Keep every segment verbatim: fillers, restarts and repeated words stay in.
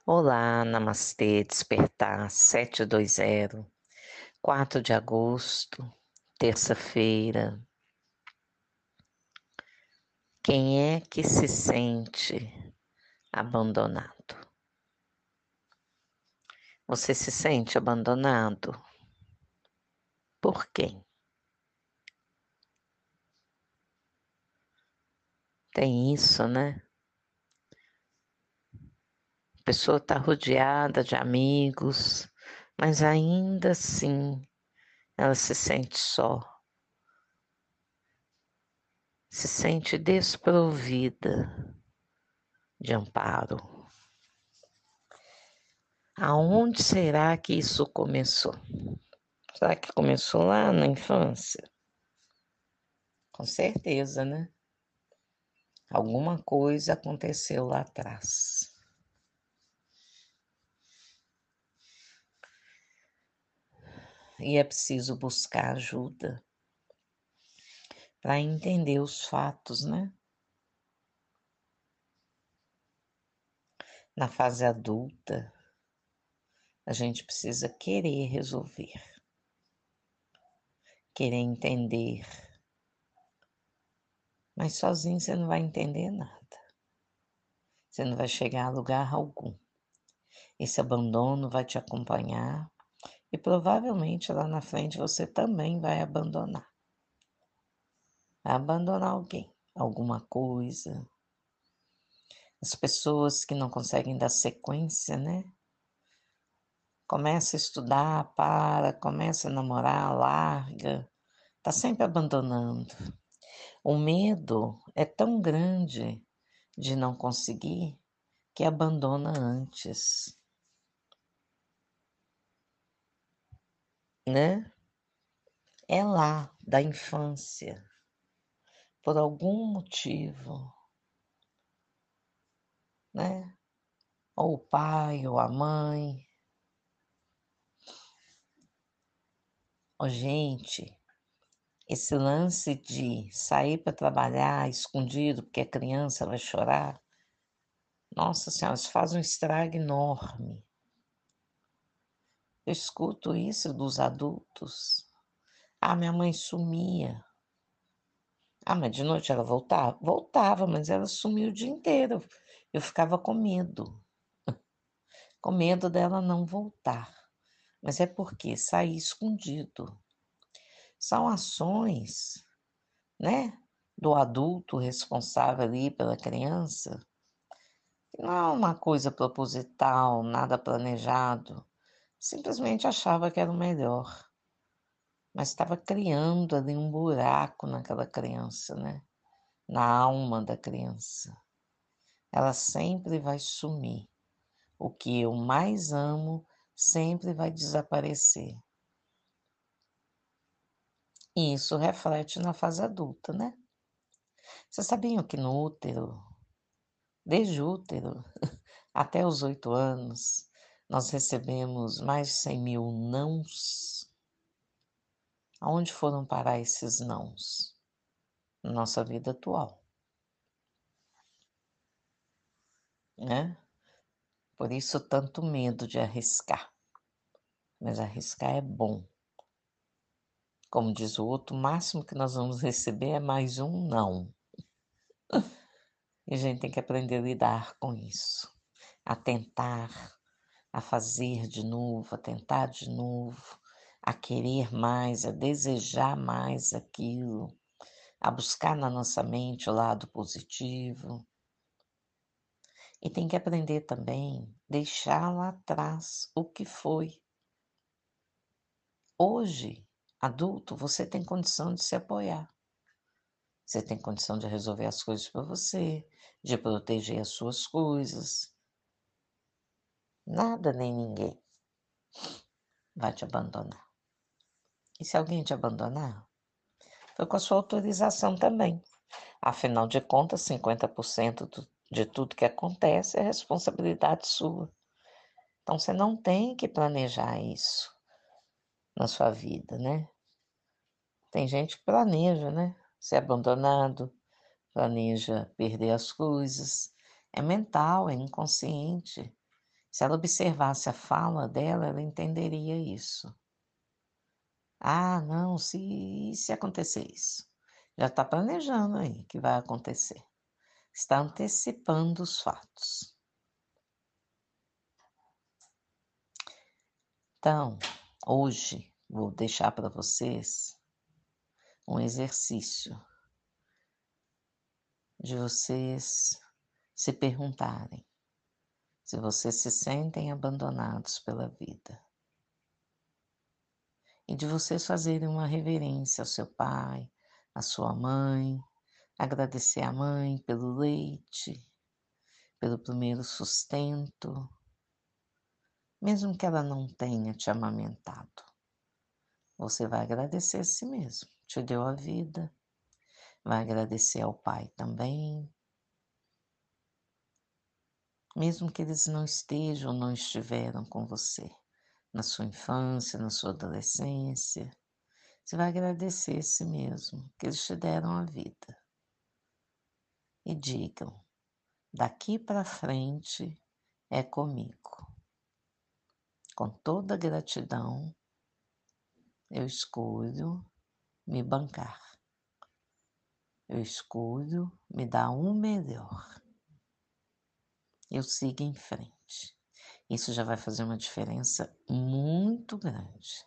Olá, namastê, despertar sete dois zero, quatro de agosto, terça-feira. Quem é que se sente abandonado? Você se sente abandonado? Por quem? Tem isso, né? A pessoa está rodeada de amigos, mas ainda assim ela se sente só, se sente desprovida de amparo. Aonde será que isso começou? Será que começou lá na infância? Com certeza, né? Alguma coisa aconteceu lá atrás. E é preciso buscar ajuda para entender os fatos, né? Na fase adulta, a gente precisa querer resolver, querer entender. Mas sozinho você não vai entender nada. Você não vai chegar a lugar algum. Esse abandono vai te acompanhar e provavelmente lá na frente você também vai abandonar. Vai abandonar alguém, alguma coisa. As pessoas que não conseguem dar sequência, né? Começa a estudar, para, começa a namorar, larga, tá sempre abandonando. O medo é tão grande de não conseguir que abandona antes, né? É lá da infância, por algum motivo, né? Ou o pai, ou a mãe. Ó, gente, esse lance de sair para trabalhar escondido porque a criança vai chorar, nossa senhora, isso faz um estrago enorme. Eu escuto isso dos adultos. Ah, minha mãe sumia. Ah, mas de noite ela voltava? Voltava, mas ela sumiu o dia inteiro. Eu ficava com medo, com medo dela não voltar. Mas é porque sair escondido. São ações, né, do adulto responsável ali pela criança. Não é uma coisa proposital, nada planejado. Simplesmente achava que era o melhor. Mas estava criando ali um buraco naquela criança, né? Na alma da criança. Ela sempre vai sumir. O que eu mais amo sempre vai desaparecer. E isso reflete na fase adulta, né? Vocês sabiam que no útero, desde o útero até os oito anos, nós recebemos mais de cem mil nãos? Aonde foram parar esses nãos? Na nossa vida atual, né? Por isso tanto medo de arriscar. Mas arriscar é bom. Como diz o outro, o máximo que nós vamos receber é mais um não. E a gente tem que aprender a lidar com isso. A tentar, a fazer de novo, a tentar de novo, a querer mais, a desejar mais aquilo, a buscar na nossa mente o lado positivo. E tem que aprender também, deixar lá atrás o que foi. Hoje, adulto, você tem condição de se apoiar. Você tem condição de resolver as coisas para você, de proteger as suas coisas. Nada nem ninguém vai te abandonar. E se alguém te abandonar, foi com a sua autorização também. Afinal de contas, cinquenta por cento do, de tudo que acontece é responsabilidade sua. Então você não tem que planejar isso na sua vida, né? Tem gente que planeja, né? Ser abandonado, planeja perder as coisas. É mental, é inconsciente. Se ela observasse a fala dela, ela entenderia isso. Ah, não, se se acontecer isso. Já está planejando aí que vai acontecer. Está antecipando os fatos. Então, hoje vou deixar para vocês um exercício de vocês se perguntarem se vocês se sentem abandonados pela vida. E de vocês fazerem uma reverência ao seu pai, à sua mãe, agradecer à mãe pelo leite, pelo primeiro sustento, mesmo que ela não tenha te amamentado. Você vai agradecer a si mesmo, te deu a vida, vai agradecer ao pai também, mesmo que eles não estejam ou não estiveram com você na sua infância, na sua adolescência, você vai agradecer a si mesmo, que eles te deram a vida. E digam, daqui para frente é comigo. Com toda gratidão, eu escolho me bancar. Eu escolho me dar um melhor. Eu sigo em frente. Isso já vai fazer uma diferença muito grande.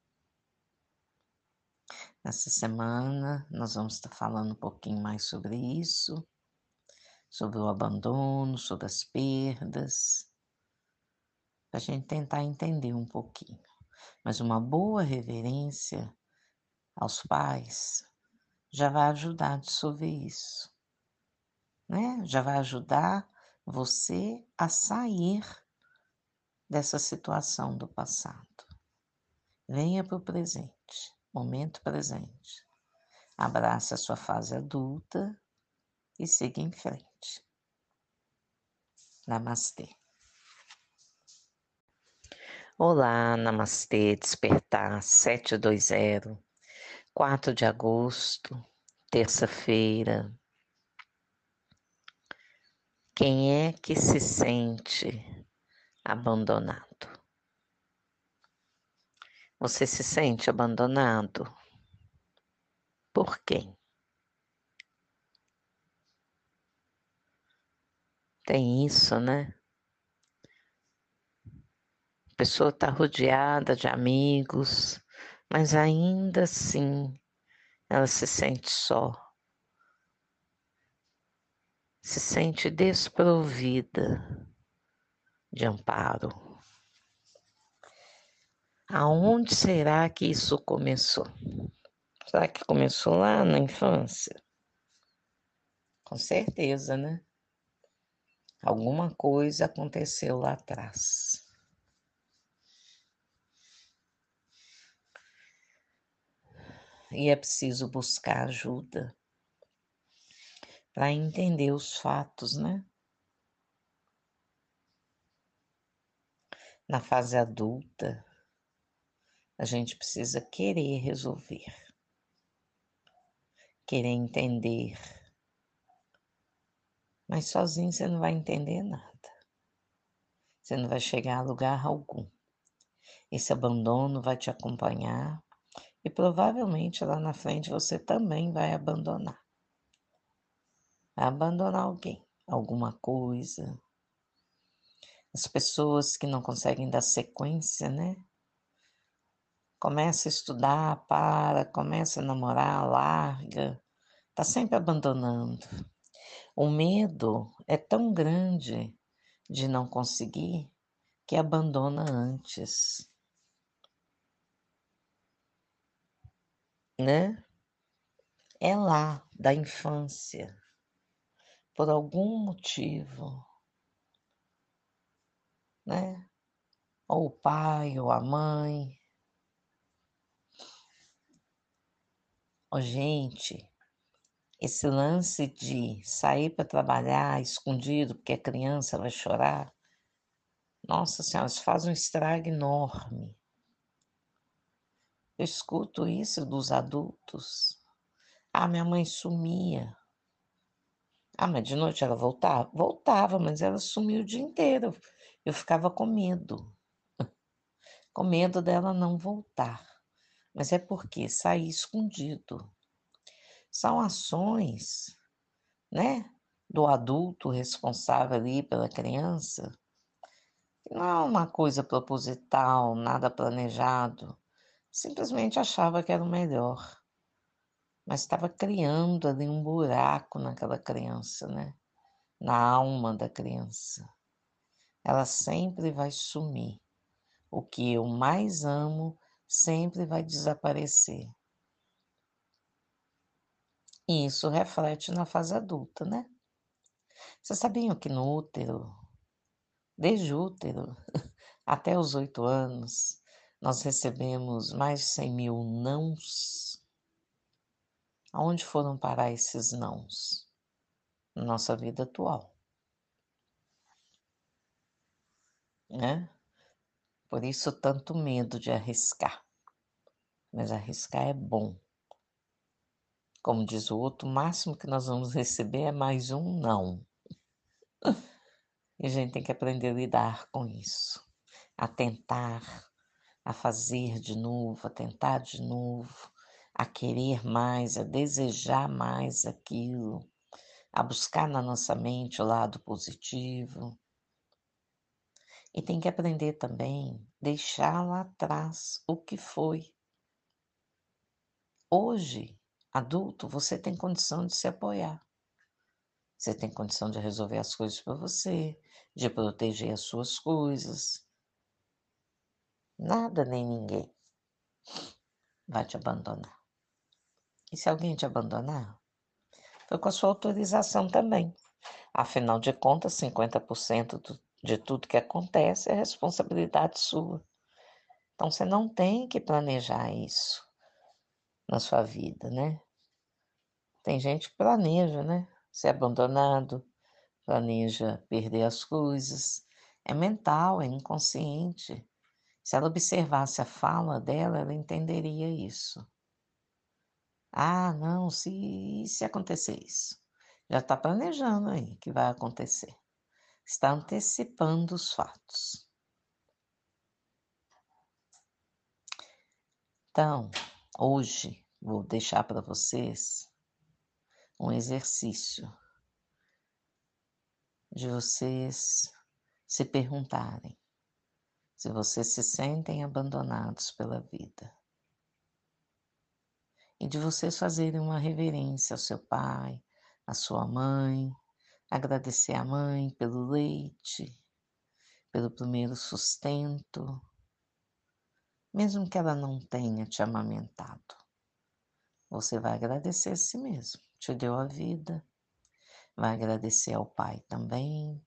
Nessa semana, nós vamos estar falando um pouquinho mais sobre isso, sobre o abandono, sobre as perdas, para a gente tentar entender um pouquinho. Mas uma boa reverência aos pais já vai ajudar a dissolver isso, né? Já vai ajudar você a sair dessa situação do passado. Venha para o presente, momento presente. Abrace a sua fase adulta e siga em frente. Namastê. Olá, Namastê, Despertar sete dois zero, quatro de agosto, terça-feira. Quem é que se sente abandonado? Você se sente abandonado? Por quem? Tem isso, né? A pessoa está rodeada de amigos, mas ainda assim ela se sente só, se sente desprovida de amparo. Aonde será que isso começou? Será que começou lá na infância? Com certeza, né? Alguma coisa aconteceu lá atrás. E é preciso buscar ajuda para entender os fatos, né? Na fase adulta, a gente precisa querer resolver, querer entender. Mas sozinho você não vai entender nada. Você não vai chegar a lugar algum. Esse abandono vai te acompanhar e provavelmente lá na frente você também vai abandonar. Vai abandonar alguém, alguma coisa. As pessoas que não conseguem dar sequência, né? Começa a estudar, para, começa a namorar, larga, tá sempre abandonando. O medo é tão grande de não conseguir que abandona antes, né? É lá da infância, por algum motivo, né? Ou o pai ou a mãe. Ó, gente, esse lance de sair para trabalhar escondido porque a criança vai chorar, nossa senhora, isso faz um estrago enorme. Eu escuto isso dos adultos. Ah, minha mãe sumia. Ah, mas de noite ela voltava? Voltava, mas ela sumia o dia inteiro. Eu ficava com medo, com medo dela não voltar. Mas é porque saía escondido. São ações, né, do adulto responsável ali pela criança, que não é uma coisa proposital, nada planejado. Simplesmente achava que era o melhor, mas estava criando ali um buraco naquela criança, né? Na alma da criança. Ela sempre vai sumir. O que eu mais amo sempre vai desaparecer. E isso reflete na fase adulta, né? Vocês sabiam que no útero, desde o útero até os oito anos, nós recebemos mais de cem mil nãos? Aonde foram parar esses nãos? Na nossa vida atual, né? Por isso tanto medo de arriscar. Mas arriscar é bom. Como diz o outro, o máximo que nós vamos receber é mais um não. E a gente tem que aprender a lidar com isso. A tentar, a fazer de novo, a tentar de novo, a querer mais, a desejar mais aquilo, a buscar na nossa mente o lado positivo. E tem que aprender também, deixar lá atrás o que foi. Hoje, adulto, você tem condição de se apoiar. Você tem condição de resolver as coisas para você, de proteger as suas coisas. Nada nem ninguém vai te abandonar. E se alguém te abandonar, foi com a sua autorização também. Afinal de contas, cinquenta por cento do, de tudo que acontece é responsabilidade sua. Então, você não tem que planejar isso na sua vida, né? Tem gente que planeja, né? Ser abandonado, planeja perder as coisas. É mental, é inconsciente. Se ela observasse a fala dela, ela entenderia isso. Ah, não, se, se acontecer isso. Já está planejando aí que vai acontecer. Está antecipando os fatos. Então, hoje, vou deixar para vocês um exercício de vocês se perguntarem se vocês se sentem abandonados pela vida. E de vocês fazerem uma reverência ao seu pai, à sua mãe, agradecer à mãe pelo leite, pelo primeiro sustento, mesmo que ela não tenha te amamentado. Você vai agradecer a si mesmo, te deu a vida, vai agradecer ao pai também,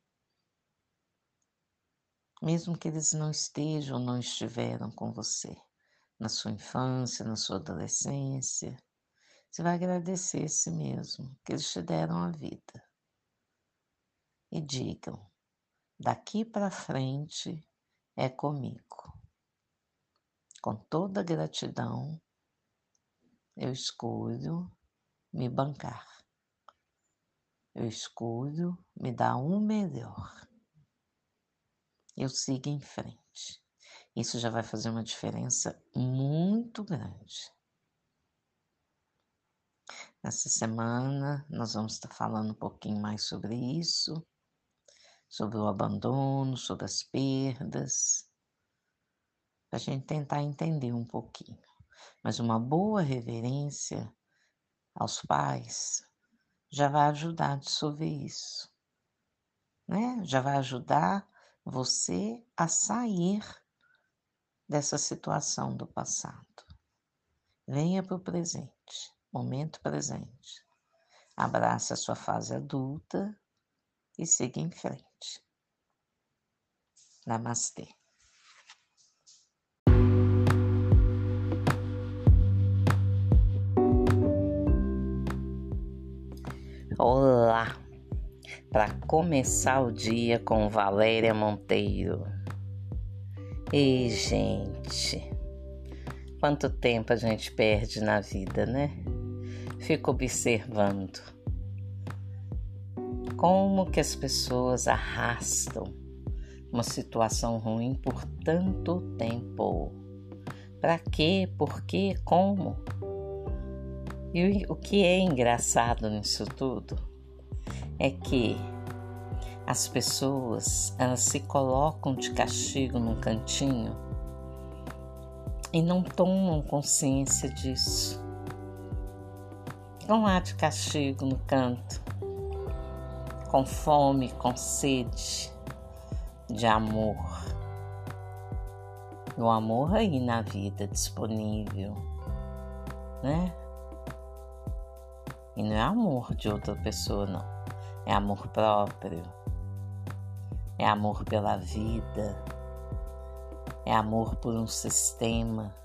mesmo que eles não estejam ou não estiveram com você na sua infância, na sua adolescência. Você vai agradecer a si mesmo, que eles te deram a vida. E digam, daqui para frente é comigo. Com toda gratidão, eu escolho me bancar. Eu escolho me dar um melhor. Eu sigo em frente. Isso já vai fazer uma diferença muito grande. Nessa semana, nós vamos estar falando um pouquinho mais sobre isso, sobre o abandono, sobre as perdas, para a gente tentar entender um pouquinho. Mas uma boa reverência aos pais já vai ajudar a dissolver isso, né? Já vai ajudar você a sair dessa situação do passado. Venha para o presente, momento presente. Abrace a sua fase adulta e siga em frente. Namastê. Olá! Para começar o dia com Valéria Monteiro. Ei, gente, quanto tempo a gente perde na vida, né? Fico observando Como que as pessoas arrastam uma situação ruim por tanto tempo? Para quê? Por quê? Como? E o que é engraçado nisso tudo é que as pessoas, elas se colocam de castigo num cantinho e não tomam consciência disso. Estão lá de castigo no canto, com fome, com sede de amor. O amor aí na vida disponível, né? E não é amor de outra pessoa, não. É amor próprio. É amor pela vida. É amor por um sistema.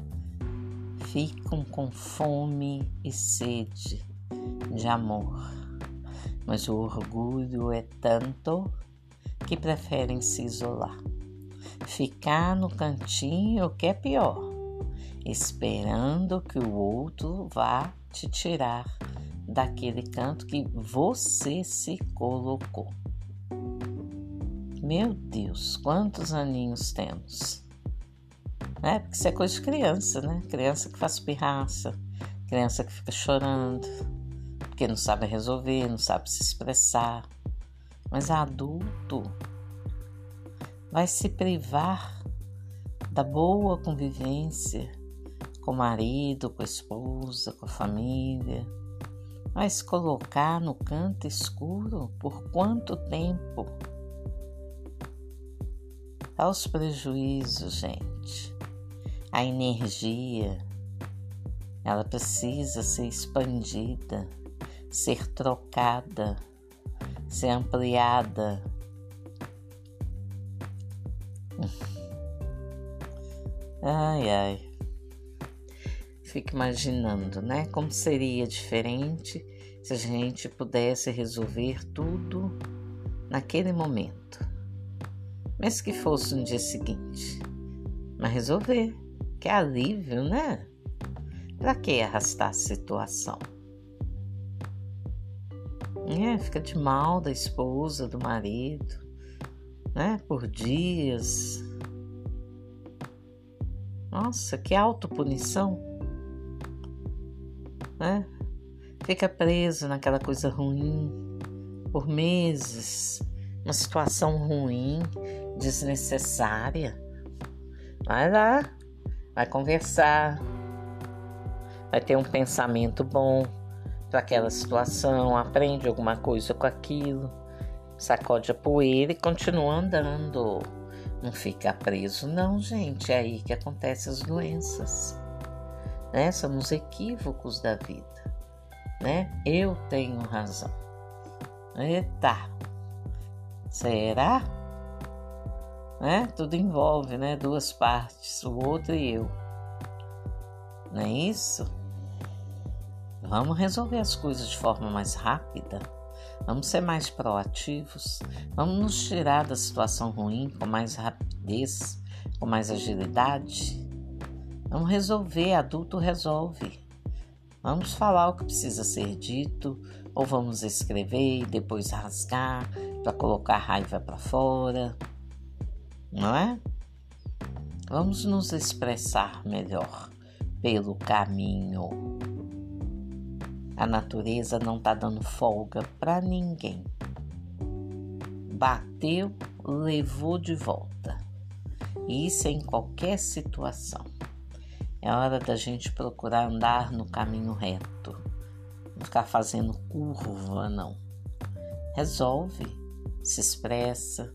Ficam com fome e sede de amor. Mas o orgulho é tanto que preferem se isolar. Ficar no cantinho, o que é pior, esperando que o outro vá te tirar daquele canto que você se colocou. Meu Deus, quantos aninhos temos? É, porque isso é coisa de criança, né? Criança que faz pirraça, criança que fica chorando, porque não sabe resolver, não sabe se expressar. Mas adulto vai se privar da boa convivência com o marido, com a esposa, com a família. Vai se colocar no canto escuro por quanto tempo? Olha os prejuízos, gente. A energia, ela precisa ser expandida, ser trocada, ser ampliada. Ai, ai. Fico imaginando, né? Como seria diferente se a gente pudesse resolver tudo naquele momento. Mesmo que fosse no dia seguinte. Mas resolver. Que alívio, né? Pra que arrastar a situação? É, fica de mal da esposa, do marido, né? Por dias. Nossa, que autopunição, né? Fica preso naquela coisa ruim por meses, uma situação ruim, desnecessária. Vai lá, vai conversar, vai ter um pensamento bom para aquela situação, aprende alguma coisa com aquilo, sacode a poeira e continua andando. Não fica preso, não, gente. É aí que acontecem as doenças, né? São os equívocos da vida, né? Eu tenho razão. Eita, será? Né? Tudo envolve, né? Duas partes, o outro e eu. Não é isso? Vamos resolver as coisas de forma mais rápida. Vamos ser mais proativos. Vamos nos tirar da situação ruim com mais rapidez, com mais agilidade. Vamos resolver, adulto resolve. Vamos falar o que precisa ser dito, ou vamos escrever e depois rasgar para colocar a raiva para fora. Não é? Vamos nos expressar melhor pelo caminho. A natureza não está dando folga para ninguém. Bateu, levou de volta. E isso é em qualquer situação. É hora da gente procurar andar no caminho reto. Não ficar fazendo curva, não. Resolve, se expressa,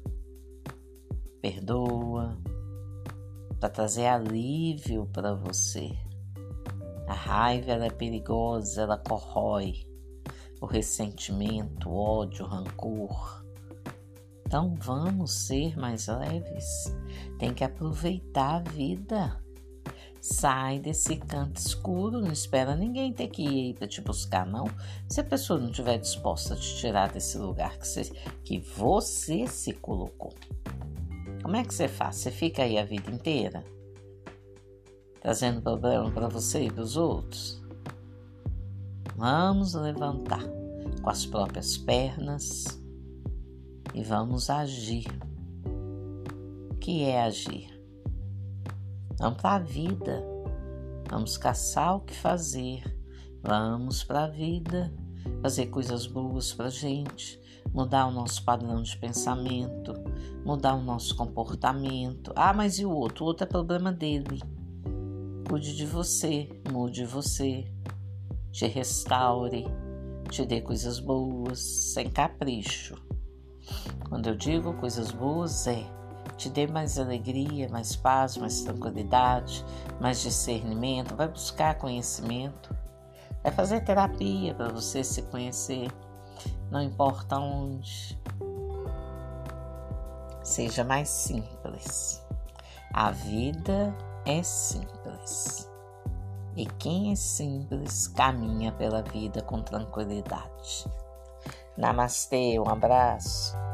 perdoa, para trazer alívio para você. A raiva, ela é perigosa, ela corrói. O ressentimento, o ódio, o rancor. Então vamos ser mais leves. Tem que aproveitar a vida. Sai desse canto escuro, não espera ninguém ter que ir para te buscar, não. Se a pessoa não estiver disposta a te tirar desse lugar que você, que você se colocou. Como é que você faz? Você fica aí a vida inteira? Trazendo problema para você e para os outros? Vamos levantar. com as próprias pernas e vamos agir. O que é agir? Vamos para a vida, vamos caçar o que fazer, vamos para a vida, fazer coisas boas para a gente, mudar o nosso padrão de pensamento, mudar o nosso comportamento. Ah, mas e o outro? O outro é problema dele. Cuide de você, mude você, te restaure, te dê coisas boas, sem capricho. Quando eu digo coisas boas, é te dê mais alegria, mais paz, mais tranquilidade, mais discernimento. Vai buscar conhecimento, vai fazer terapia para você se conhecer, não importa onde. Seja mais simples. A vida é simples. E quem é simples caminha pela vida com tranquilidade. Namastê, um abraço.